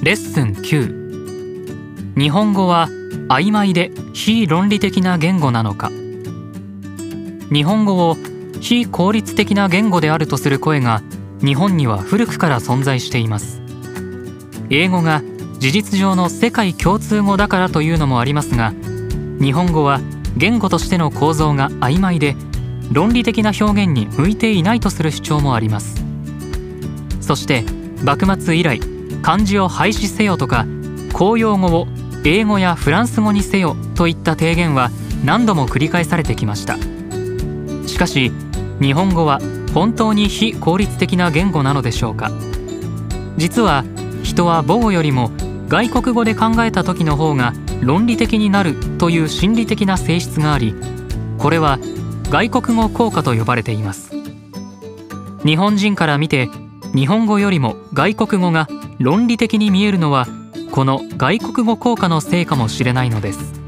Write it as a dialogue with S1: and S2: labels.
S1: レッスン9、日本語は曖昧で非論理的な言語なのか。日本語を非効率的な言語であるとする声が日本には古くから存在しています。英語が事実上の世界共通語だからというのもありますが、日本語は言語としての構造が曖昧で論理的な表現に向いていないとする主張もあります。そして幕末以来、漢字を廃止せよとか公用語を英語やフランス語にせよといった提言は何度も繰り返されてきました。しかし日本語は本当に非効率的な言語なのでしょうか。実は人は母語よりも外国語で考えた時の方が論理的になるという心理的な性質があり、これは外国語効果と呼ばれています。日本人から見て日本語よりも外国語が論理的に見えるのはこの外国語効果のせいかもしれないのです。